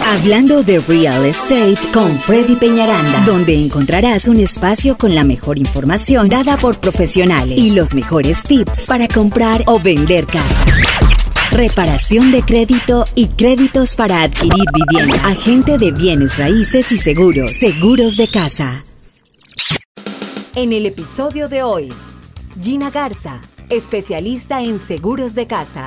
Hablando de Real Estate con Freddy Peñaranda, donde encontrarás un espacio con la mejor información dada por profesionales y los mejores tips para comprar o vender casa. Reparación de crédito y créditos para adquirir vivienda. Agente de bienes raíces y seguros. Seguros de casa. En el episodio de hoy, Gina Garza, especialista en seguros de casa.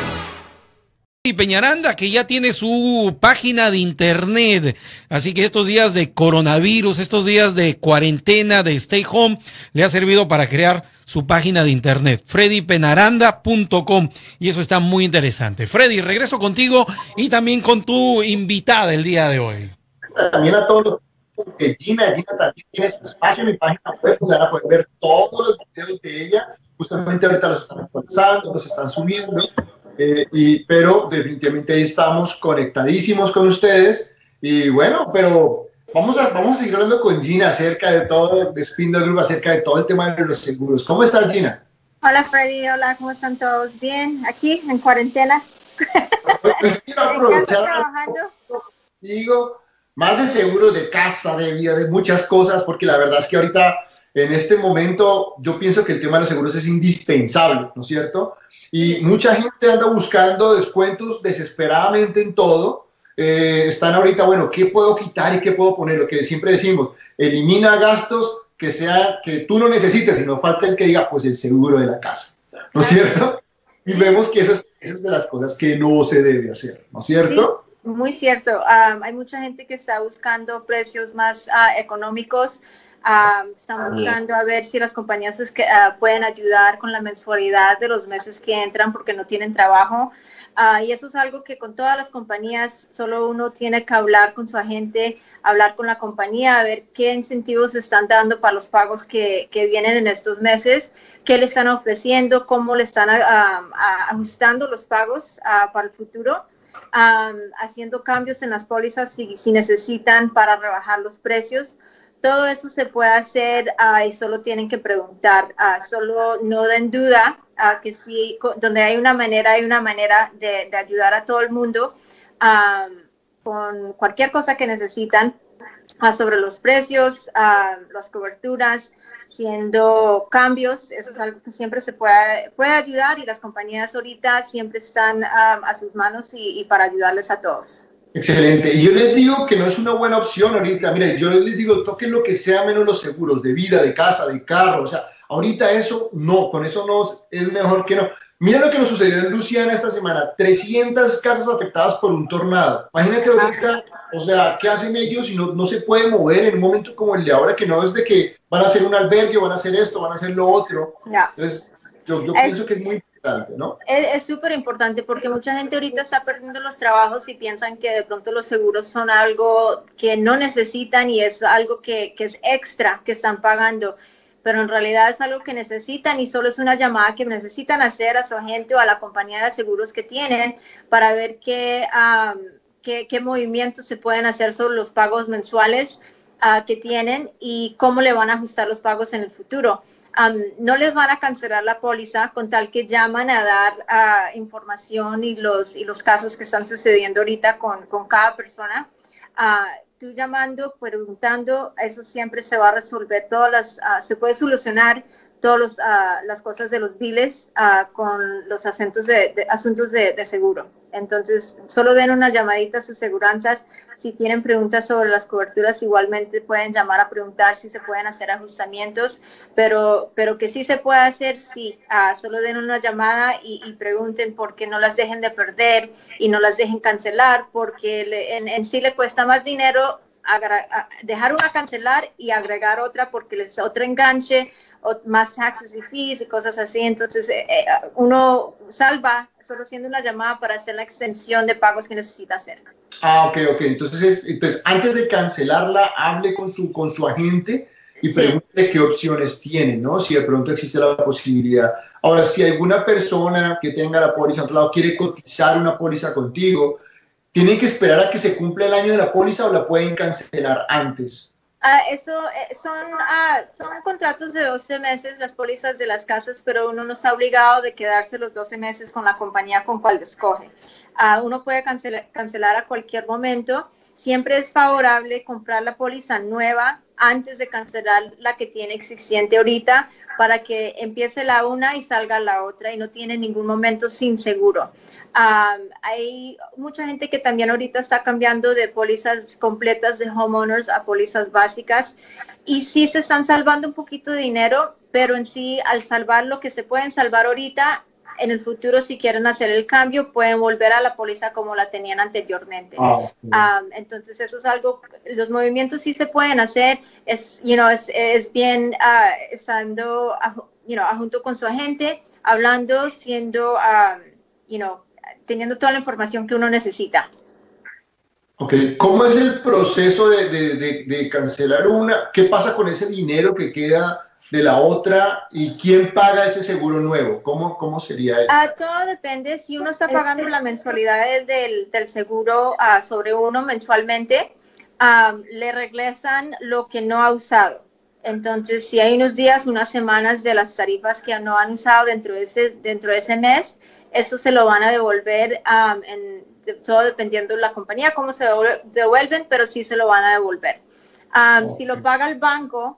Y Peñaranda, que ya tiene su página de internet, así que estos días de coronavirus, estos días de cuarentena, de stay home, le ha servido para crear su página de internet, freddypenaranda.com, y eso está muy interesante. Freddy, regreso contigo y también con tu invitada el día de hoy. También a todos los que Gina también tiene su espacio en mi página web, donde van a poder ver todos los videos de ella. Justamente ahorita los están actualizando, los están subiendo. Pero definitivamente ahí estamos conectadísimos con ustedes y bueno, pero vamos a seguir hablando con Gina acerca de todo, de Spindle Group, acerca de todo el tema de los seguros. ¿Cómo estás, Gina? Hola, Freddy. Hola, ¿cómo están todos? Bien, aquí en cuarentena. Quiero aprovechar contigo más de seguros de casa, de vida, de muchas cosas, porque la verdad es que ahorita en este momento yo pienso que el tema de los seguros es indispensable, ¿no es cierto? Y mucha gente anda buscando descuentos desesperadamente en todo. Están ahorita, bueno, ¿qué puedo quitar y qué puedo poner? Lo que siempre decimos, elimina gastos que tú no necesites, sino falta el que diga, pues el seguro de la casa, ¿no es cierto? Y vemos que esa es de las cosas que no se debe hacer, ¿no es cierto? Sí, muy cierto. Hay mucha gente que está buscando precios más económicos. Están buscando a ver si las compañías pueden ayudar con la mensualidad de los meses que entran porque no tienen trabajo. Y eso es algo que con todas las compañías solo uno tiene que hablar con su agente, hablar con la compañía, a ver qué incentivos están dando para los pagos que vienen en estos meses, qué le están ofreciendo, cómo le están ajustando los pagos para el futuro. Haciendo cambios en las pólizas si necesitan para rebajar los precios. Todo eso se puede hacer y solo tienen que preguntar. Solo no den duda que sí, donde hay una manera de ayudar a todo el mundo con cualquier cosa que necesitan sobre los precios, las coberturas, siendo cambios. Eso es algo que siempre se puede ayudar y las compañías ahorita siempre están a sus manos y para ayudarles a todos. Excelente. Y yo les digo que no es una buena opción ahorita. Mire, yo les digo, toquen lo que sea menos los seguros de vida, de casa, de carro. O sea, ahorita eso no, con eso no es mejor que no. Mira lo que nos sucedió en Luisiana esta semana. 300 casas afectadas por un tornado. Imagínate ahorita, o sea, ¿qué hacen ellos si no se pueden mover en un momento como el de ahora, que no es de que van a hacer un albergue, van a hacer esto, van a hacer lo otro? Yeah. Entonces, yo pienso que es muy importante, ¿no? Es súper importante porque mucha gente ahorita está perdiendo los trabajos y piensan que de pronto los seguros son algo que no necesitan y es algo que es extra que están pagando, pero en realidad es algo que necesitan y solo es una llamada que necesitan hacer a su agente o a la compañía de seguros que tienen para ver qué movimientos se pueden hacer sobre los pagos mensuales que tienen y cómo le van a ajustar los pagos en el futuro. No les van a cancelar la póliza con tal que llaman a dar información y los casos que están sucediendo ahorita con cada persona. Tú llamando, preguntando, eso siempre se va a resolver, se puede solucionar todas las cosas de los biles con los asuntos de seguro. Entonces, solo den una llamadita a sus seguranzas. Si tienen preguntas sobre las coberturas, igualmente pueden llamar a preguntar si se pueden hacer ajustamientos, pero que sí se puede hacer, sí. Solo den una llamada y pregunten porque no las dejen de perder y no las dejen cancelar, porque en sí le cuesta más dinero dejar una cancelar y agregar otra porque les otro enganche, o más taxes y fees y cosas así. Entonces uno salva solo haciendo una llamada para hacer la extensión de pagos que necesita hacer. Ok. Entonces antes de cancelarla, hable con su agente y pregúntele qué opciones tienen, ¿no? Si de pronto existe la posibilidad. Ahora, si alguna persona que tenga la póliza a otro lado quiere cotizar una póliza contigo, ¿tienen que esperar a que se cumpla el año de la póliza o la pueden cancelar antes? Son contratos de 12 meses, las pólizas de las casas, pero uno no está obligado de quedarse los 12 meses con la compañía con cual escoge. Uno puede cancelar a cualquier momento. Siempre es favorable comprar la póliza nueva antes de cancelar la que tiene existente ahorita para que empiece la una y salga la otra y no tiene ningún momento sin seguro. Hay mucha gente que también ahorita está cambiando de pólizas completas de homeowners a pólizas básicas y sí se están salvando un poquito de dinero, pero en sí al salvar lo que se pueden salvar ahorita, en el futuro, si quieren hacer el cambio, pueden volver a la póliza como la tenían anteriormente. Entonces, eso es algo, los movimientos sí se pueden hacer, es bien estando, junto con su agente, hablando, teniendo toda la información que uno necesita. Ok, ¿cómo es el proceso de cancelar una? ¿Qué pasa con ese dinero que queda de la otra y quién paga ese seguro nuevo? ¿Cómo sería eso? Todo depende. Si uno está pagando la mensualidad del seguro sobre uno mensualmente, le regresan lo que no ha usado. Entonces, si hay unos días, unas semanas de las tarifas que no han usado dentro de ese mes, eso se lo van a devolver, todo dependiendo de la compañía, cómo se devuelven, pero sí se lo van a devolver. Si lo paga el banco,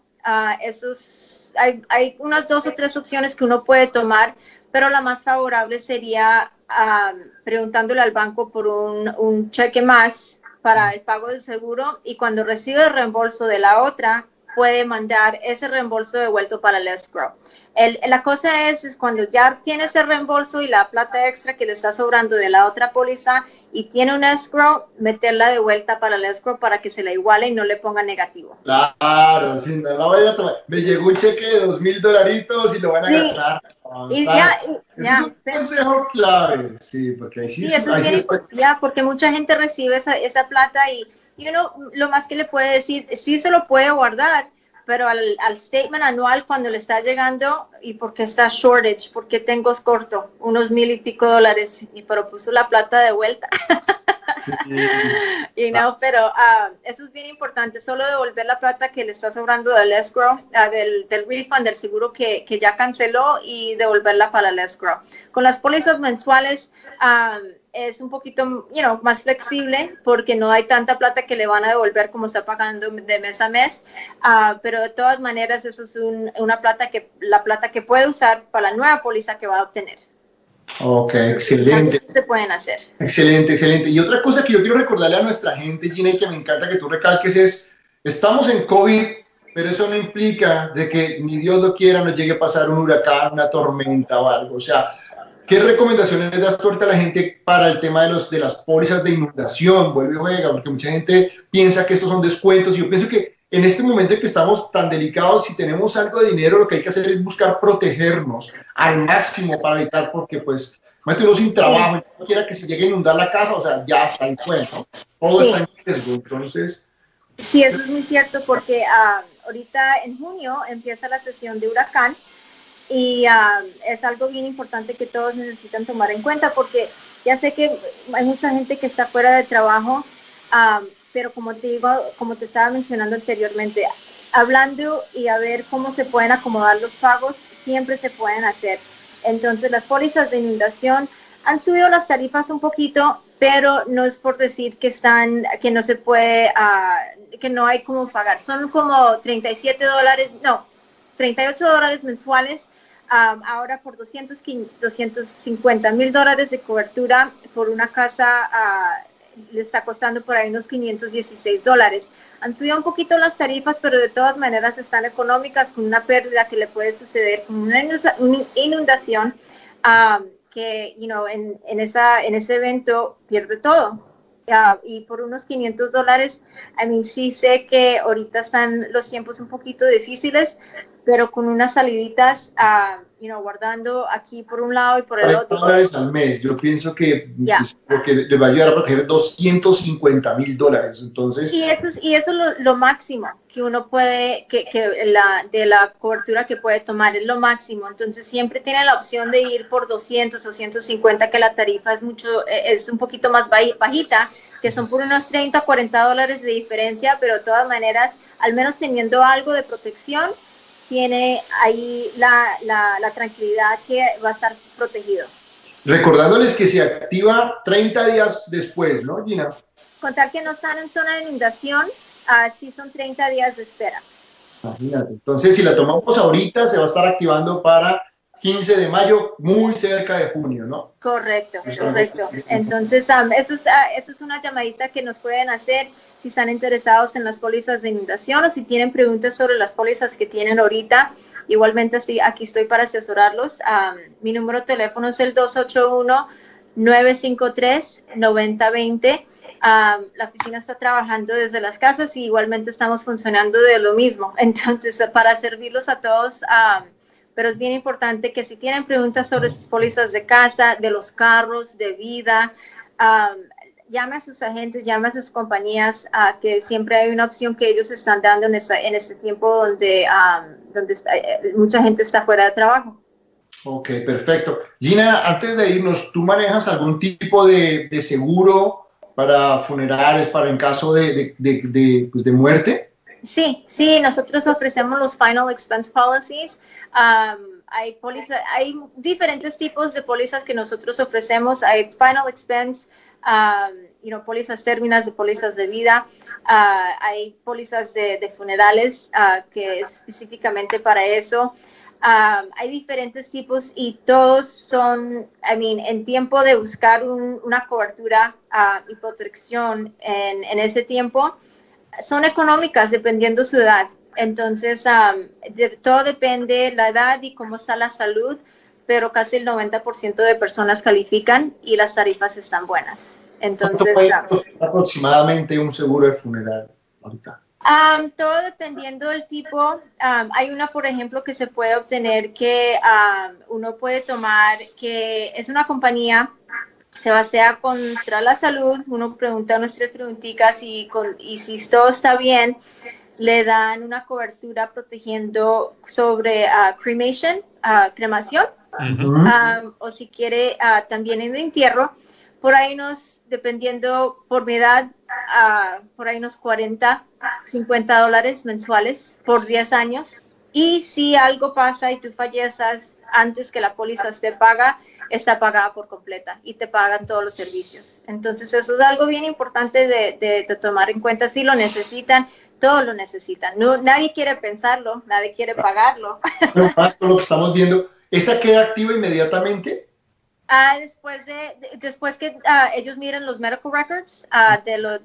hay unas 2 o 3 opciones que uno puede tomar, pero la más favorable sería preguntándole al banco por un cheque más para el pago del seguro y cuando recibe el reembolso de la otra, puede mandar ese reembolso devuelto para el escrow. La cosa es cuando ya tiene ese reembolso y la plata extra que le está sobrando de la otra póliza y tiene un escrow, meterla de vuelta para el escrow para que se la iguale y no le ponga negativo. Claro, si no la voy a tomar. Me llegó un cheque de $2,000 y lo van a gastar. Ese es un consejo clave, sí, porque ahí sí, porque mucha gente recibe esa plata y uno lo más que le puede decir, sí se lo puede guardar, pero al statement anual cuando le está llegando y porque está shortage, porque tengo corto, unos $1,000 y pico, pero puso la plata de vuelta. Sí. Pero eso es bien importante, solo devolver la plata que le está sobrando del escrow, del refund, del seguro que ya canceló y devolverla para el escrow. Con las pólizas mensuales es un poquito más flexible porque no hay tanta plata que le van a devolver como está pagando de mes a mes, pero de todas maneras eso es la plata que puede usar para la nueva póliza que va a obtener. Ok, excelente. Se pueden hacer. Excelente, excelente. Y otra cosa que yo quiero recordarle a nuestra gente, Gina, y que me encanta que tú recalques es, estamos en COVID, pero eso no implica de que ni Dios lo quiera nos llegue a pasar un huracán, una tormenta o algo. O sea, ¿qué recomendaciones das tú ahorita a la gente para el tema de las pólizas de inundación? Vuelve y juega, porque mucha gente piensa que estos son descuentos y yo pienso que en este momento en que estamos tan delicados, si tenemos algo de dinero, lo que hay que hacer es buscar protegernos al máximo para evitar, porque pues, imagínate uno sin trabajo, no quiera que se llegue a inundar la casa, o sea, ya está ahí, pues, ¿no? Todo está en riesgo, entonces... Sí, eso es muy cierto, porque ahorita en junio empieza la sesión de huracán y es algo bien importante que todos necesitan tomar en cuenta, porque ya sé que hay mucha gente que está fuera de trabajo, pero como te digo, como te estaba mencionando anteriormente, hablando y a ver cómo se pueden acomodar los pagos, siempre se pueden hacer. Entonces, las pólizas de inundación han subido las tarifas un poquito, pero no es por decir que que no se puede, que no hay cómo pagar. Son como $38 mensuales, ahora por $250,000 de cobertura por una casa, le está costando por ahí unos $516. Han subido un poquito las tarifas, pero de todas maneras están económicas, con una pérdida que le puede suceder con una inundación, que en ese evento pierde todo. Y por unos $500, sí sé que ahorita están los tiempos un poquito difíciles, pero con unas saliditas, guardando aquí por un lado y por el otro. $40 al mes, yo pienso que, lo que le va a ayudar a proteger $250,000. Entonces, y eso es lo máximo que uno puede, de la cobertura que puede tomar, es lo máximo. Entonces siempre tiene la opción de ir por 200 o 150, que la tarifa es un poquito más bajita, que son por unos $30 a $40 de diferencia, pero de todas maneras, al menos teniendo algo de protección, tiene ahí la tranquilidad que va a estar protegido. Recordándoles que se activa 30 días después, ¿no, Gina? Contar que no están en zona de inundación, sí son 30 días de espera. Imagínate. Entonces, si la tomamos ahorita, se va a estar activando para 15 de mayo, muy cerca de junio, ¿no? Correcto. Entonces, eso es una llamadita que nos pueden hacer si están interesados en las pólizas de inundación o si tienen preguntas sobre las pólizas que tienen ahorita. Igualmente, aquí estoy para asesorarlos. Mi número de teléfono es el 281-953-9020. La oficina está trabajando desde las casas y igualmente estamos funcionando de lo mismo. Entonces, para servirlos a todos, pero es bien importante que si tienen preguntas sobre sus pólizas de casa, de los carros, de vida, llame a sus agentes, llame a sus compañías, que siempre hay una opción que ellos están dando en este tiempo donde mucha gente está fuera de trabajo. Ok, perfecto. Gina, antes de irnos, ¿tú manejas algún tipo de seguro para funerales, para en caso de muerte? Sí, nosotros ofrecemos los Final Expense Policies. Hay diferentes tipos de pólizas que nosotros ofrecemos. Hay Final Expense, pólizas términas de pólizas de vida. Hay pólizas de funerales que es específicamente para eso. Hay diferentes tipos y todos son, en tiempo de buscar una cobertura y protección en ese tiempo, son económicas dependiendo su edad. Entonces, todo depende la edad y cómo está la salud, pero casi el 90% de personas califican y las tarifas están buenas. Entonces, ¿cuánto puede costar aproximadamente un seguro de funeral ahorita? Todo dependiendo del tipo. Hay una, por ejemplo, que se puede obtener que uno puede tomar, que es una compañía, se basea contra la salud. Uno pregunta unas 3 preguntitas y si todo está bien, le dan una cobertura protegiendo sobre cremation, cremación, o si quiere también en el entierro. Por ahí dependiendo por mi edad, por ahí unos $40, $50 mensuales por 10 años. Y si algo pasa y tú falleces antes que la póliza esté paga, está pagada por completa y te pagan todos los servicios. Entonces eso es algo bien importante de tomar en cuenta. Si lo necesitan, todos lo necesitan. Nadie quiere pensarlo, nadie quiere pagarlo. Pero más con lo que estamos viendo, ¿esa queda activa inmediatamente? Después que ellos miren los medical records del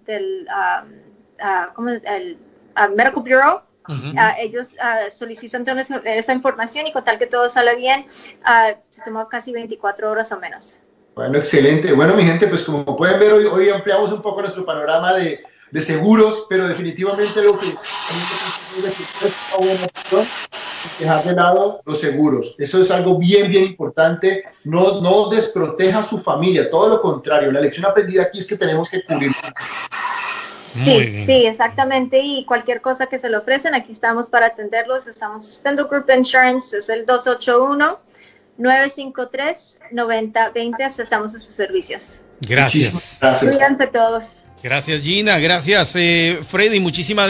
Medical Bureau, ellos solicitan toda esa información y con tal que todo sale bien, se toma casi 24 horas o menos. Bueno, excelente. Bueno, mi gente, pues como pueden ver, hoy ampliamos un poco nuestro panorama de seguros, pero definitivamente lo que es una buena opción es dejar de lado los seguros. Eso es algo bien importante. No desproteja a su familia, todo lo contrario. La lección aprendida aquí es que tenemos que cubrir. Sí, exactamente. Y cualquier cosa que se le ofrecen, aquí estamos para atenderlos. Estamos Spindle Group Insurance, es el 281-953-9020. Accesamos a sus servicios. Gracias. Cuídense todos. Gracias, Gina. Gracias, Freddy. Muchísimas